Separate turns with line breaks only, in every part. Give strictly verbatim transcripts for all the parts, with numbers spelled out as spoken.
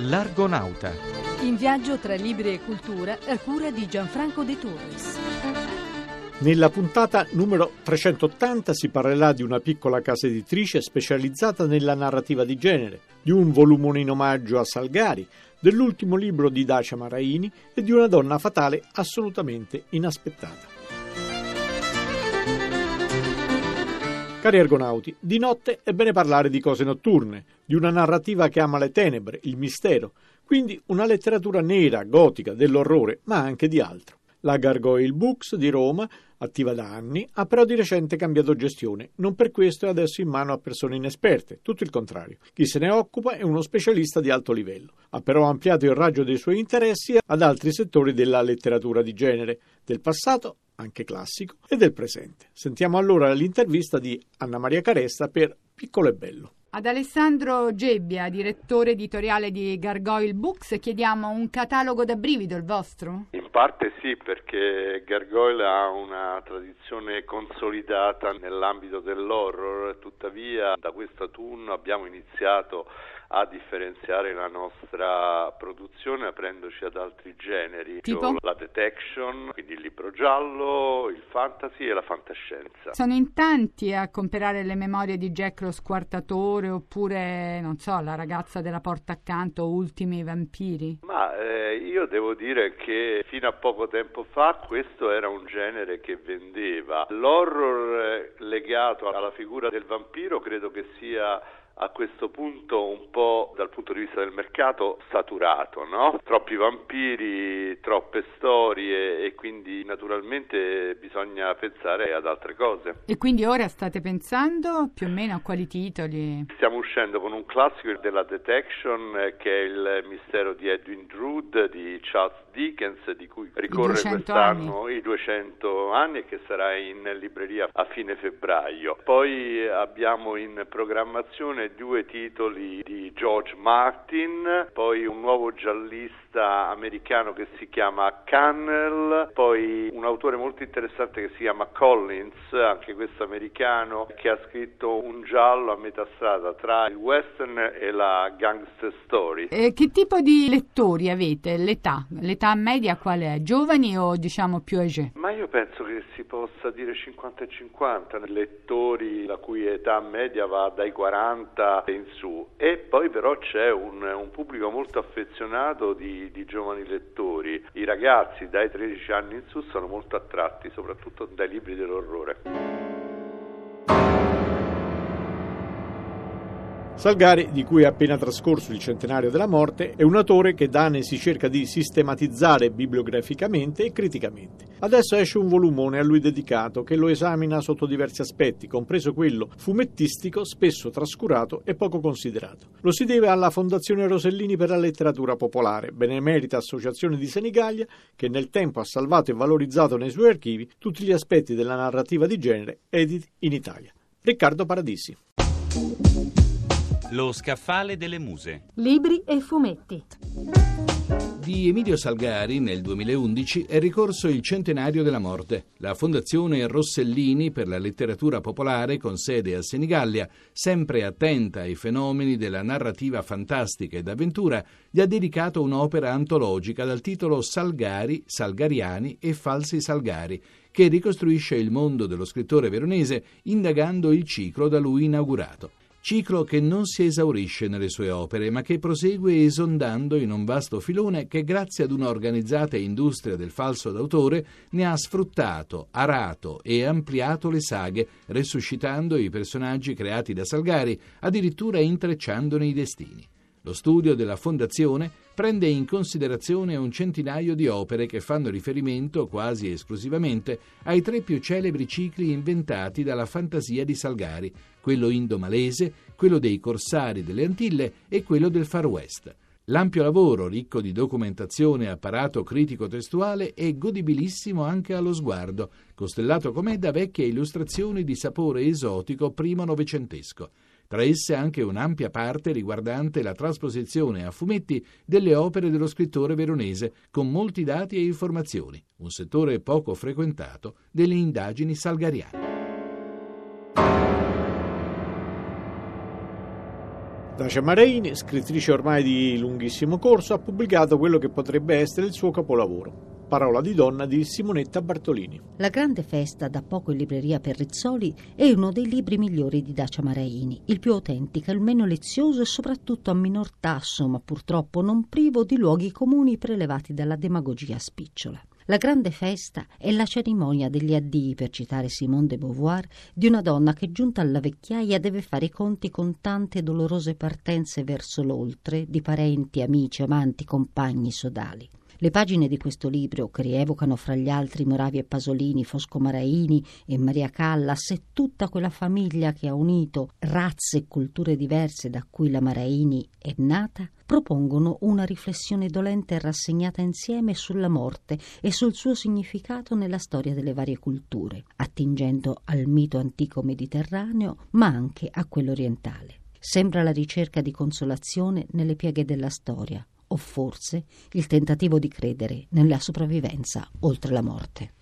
L'Argonauta.
In viaggio tra libri e cultura a cura di Gianfranco De Torres.
Nella puntata numero trecentottanta si parlerà di una piccola casa editrice specializzata nella narrativa di genere, di un volumone in omaggio a Salgari, dell'ultimo libro di Dacia Maraini e di una donna fatale assolutamente inaspettata. Cari argonauti, di notte è bene parlare di cose notturne, di una narrativa che ama le tenebre, il mistero, quindi una letteratura nera, gotica, dell'orrore, ma anche di altro. La Gargoyle Books di Roma, attiva da anni, ha però di recente cambiato gestione, non per questo è adesso in mano a persone inesperte, tutto il contrario. Chi se ne occupa è uno specialista di alto livello. Ha però ampliato il raggio dei suoi interessi ad altri settori della letteratura di genere, del passato, anche classico, e del presente. Sentiamo allora l'intervista di Anna Maria Caresta per Piccolo e Bello.
Ad Alessandro Gebbia, direttore editoriale di Gargoyle Books, chiediamo un catalogo da brivido, il vostro?
In parte sì, perché Gargoyle ha una tradizione consolidata nell'ambito dell'horror, tuttavia da questo autunno abbiamo iniziato a differenziare la nostra produzione aprendoci ad altri generi,
tipo
la detection, quindi il libro giallo, il fantasy e la fantascienza.
Sono in tanti a comprare le memorie di Jack lo Squartatore oppure, non so, la ragazza della porta accanto, Ultimi vampiri?
Ma eh, io devo dire che fino a poco tempo fa questo era un genere che vendeva. L'horror legato alla figura del vampiro credo che sia a questo punto un po' dal punto di vista del mercato saturato, no? Troppi vampiri, troppe storie e quindi naturalmente bisogna pensare ad altre cose.
E quindi ora state pensando più o meno a quali titoli?
Stiamo uscendo con un classico della detection eh, che è il mistero di Edwin Drood di Charles Dickens, di cui ricorre quest'anno
anni.
i duecento anni e che sarà in libreria a fine febbraio. Poi abbiamo in programmazione due titoli di George Martin, poi un nuovo giallista americano che si chiama Cannell, poi un autore molto interessante che si chiama Collins, anche questo americano, che ha scritto un giallo a metà strada tra il western e la gangster story.
E che tipo di lettori avete? L'età? L'età media qual è? Giovani o diciamo più âgé?
Ma io penso che si possa dire cinquanta e cinquanta, lettori la cui età media va dai quaranta in su, e poi però c'è un, un pubblico molto affezionato di, di giovani lettori. I ragazzi dai tredici anni in su sono molto attratti soprattutto dai libri dell'orrore.
Salgari, di cui è appena trascorso il centenario della morte, è un autore che da anni si cerca di sistematizzare bibliograficamente e criticamente. Adesso esce un volumone a lui dedicato che lo esamina sotto diversi aspetti, compreso quello fumettistico, spesso trascurato e poco considerato. Lo si deve alla Fondazione Rosellini per la letteratura popolare, benemerita associazione di Senigallia, che nel tempo ha salvato e valorizzato nei suoi archivi tutti gli aspetti della narrativa di genere editi in Italia. Riccardo Paradisi.
Lo scaffale delle muse.
Libri e fumetti.
Di Emilio Salgari nel duemilaundici è ricorso il centenario della morte. La Fondazione Rossellini per la letteratura popolare, con sede a Senigallia, sempre attenta ai fenomeni della narrativa fantastica ed avventura, gli ha dedicato un'opera antologica dal titolo Salgari, Salgariani e Falsi Salgari, che ricostruisce il mondo dello scrittore veronese indagando il ciclo da lui inaugurato. Ciclo che non si esaurisce nelle sue opere, ma che prosegue esondando in un vasto filone che, grazie ad una organizzata industria del falso d'autore, ne ha sfruttato, arato e ampliato le saghe, resuscitando i personaggi creati da Salgari, addirittura intrecciandone i destini. Lo studio della Fondazione prende in considerazione un centinaio di opere che fanno riferimento quasi esclusivamente ai tre più celebri cicli inventati dalla fantasia di Salgari, quello indomalese, quello dei corsari delle Antille e quello del Far West. L'ampio lavoro, ricco di documentazione e apparato critico-testuale, è godibilissimo anche allo sguardo, costellato com'è da vecchie illustrazioni di sapore esotico primo novecentesco. Tra esse anche un'ampia parte riguardante la trasposizione a fumetti delle opere dello scrittore veronese, con molti dati e informazioni, un settore poco frequentato delle indagini salgariane.
Dacia Maraini, scrittrice ormai di lunghissimo corso, ha pubblicato quello che potrebbe essere il suo capolavoro. Parola di donna di Simonetta Bartolini.
La grande festa, da poco in libreria per Rizzoli, è uno dei libri migliori di Dacia Maraini, il più autentico, il meno lezioso e soprattutto a minor tasso, ma purtroppo non privo di luoghi comuni prelevati dalla demagogia spicciola. La grande festa è la cerimonia degli addii, per citare Simone de Beauvoir, di una donna che giunta alla vecchiaia deve fare i conti con tante dolorose partenze verso l'oltre di parenti, amici, amanti, compagni, sodali. Le pagine di questo libro, che rievocano fra gli altri Moravia e Pasolini, Fosco Maraini e Maria Callas e tutta quella famiglia che ha unito razze e culture diverse da cui la Maraini è nata, propongono una riflessione dolente e rassegnata insieme sulla morte e sul suo significato nella storia delle varie culture, attingendo al mito antico mediterraneo ma anche a quello orientale. Sembra la ricerca di consolazione nelle pieghe della storia, o forse il tentativo di credere nella sopravvivenza oltre la morte.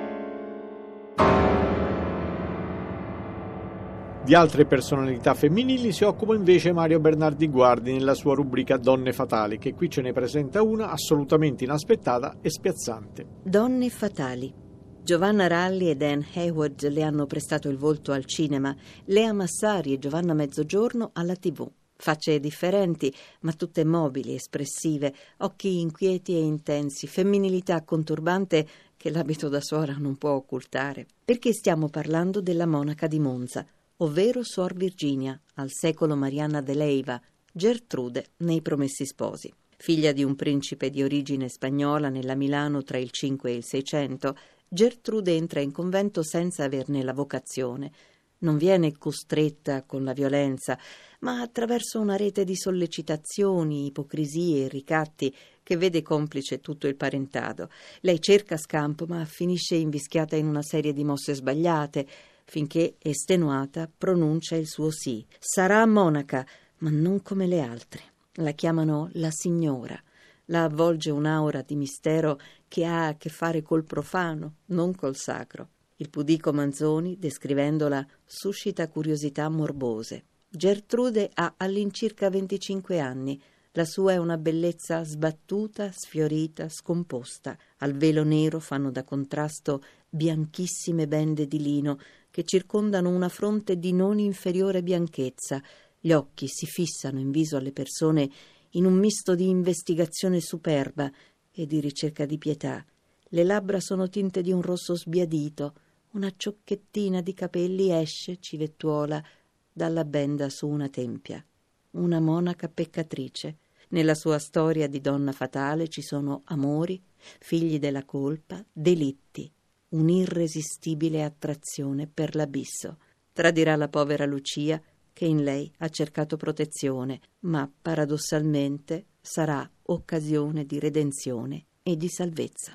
Di altre personalità femminili si occupa invece Mario Bernardi Guardi nella sua rubrica Donne Fatali, che qui ce ne presenta una assolutamente inaspettata e spiazzante.
Donne Fatali. Giovanna Ralli ed Anne Hayward le hanno prestato il volto al cinema, Lea Massari e Giovanna Mezzogiorno alla tivù. Facce differenti, ma tutte mobili, espressive, occhi inquieti e intensi, femminilità conturbante che l'abito da suora non può occultare. Perché stiamo parlando della monaca di Monza, ovvero Suor Virginia, al secolo Marianna de Leyva, Gertrude nei Promessi Sposi. Figlia di un principe di origine spagnola nella Milano tra il cinque e il seicento, Gertrude entra in convento senza averne la vocazione. Non viene costretta con la violenza, ma attraverso una rete di sollecitazioni, ipocrisie e ricatti che vede complice tutto il parentado. Lei cerca scampo, ma finisce invischiata in una serie di mosse sbagliate, finché, estenuata, pronuncia il suo sì. Sarà monaca, ma non come le altre. La chiamano la signora. La avvolge un'aura di mistero che ha a che fare col profano, non col sacro. Il pudico Manzoni, descrivendola, suscita curiosità morbose. Gertrude ha all'incirca venticinque anni. La sua è una bellezza sbattuta, sfiorita, scomposta. Al velo nero fanno da contrasto bianchissime bende di lino che circondano una fronte di non inferiore bianchezza. Gli occhi si fissano in viso alle persone in un misto di investigazione superba e di ricerca di pietà. Le labbra sono tinte di un rosso sbiadito. Una ciocchetina di capelli esce, civettuola, dalla benda su una tempia. Una monaca peccatrice. Nella sua storia di donna fatale ci sono amori, figli della colpa, delitti, un'irresistibile attrazione per l'abisso. Tradirà la povera Lucia, che in lei ha cercato protezione, ma paradossalmente sarà occasione di redenzione e di salvezza.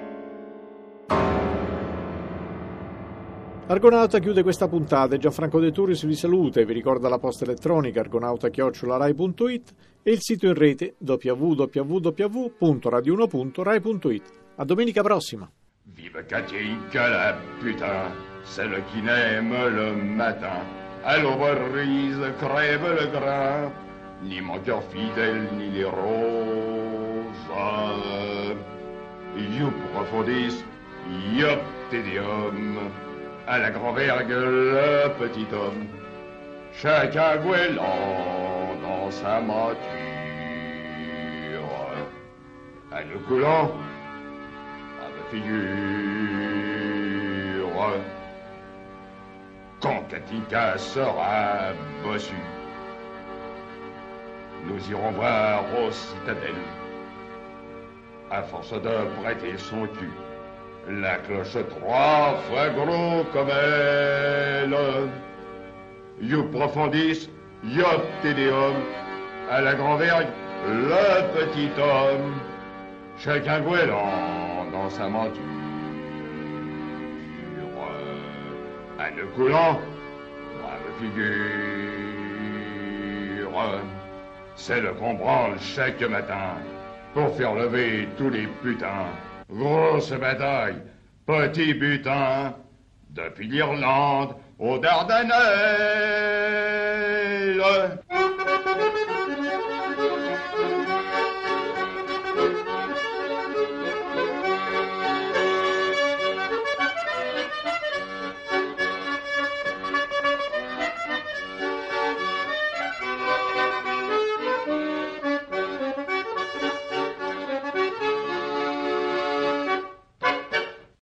Argonauta chiude questa puntata e Gianfranco De Toris vi saluta e vi ricorda la posta elettronica argonauta chiocciola rai punto it e il sito in rete w w w punto radio uno punto rai punto it. A domenica prossima!
Vive Katinka la putain, celle qui n'aime le matin, à l'aube crève le grain, ni mon cœur fidèle ni les roses. You profondis, yop tédium. À la grand-vergue, le petit homme, chacun gouelant dans sa monture. À nous coulant, à ma figure. Quand Katinka sera bossue, nous irons voir aux citadelles, à force de prêter son cul. La cloche trois fois gros comme elle. You profondis, yop tédéum. À la grand-vergue, le petit homme. Chacun gouelant dans sa monture. À nœud coulant, brave figure. C'est le qu'on branle chaque matin pour faire lever tous les putains. Grosse bataille, petit butin, depuis l'Irlande aux Dardanelles.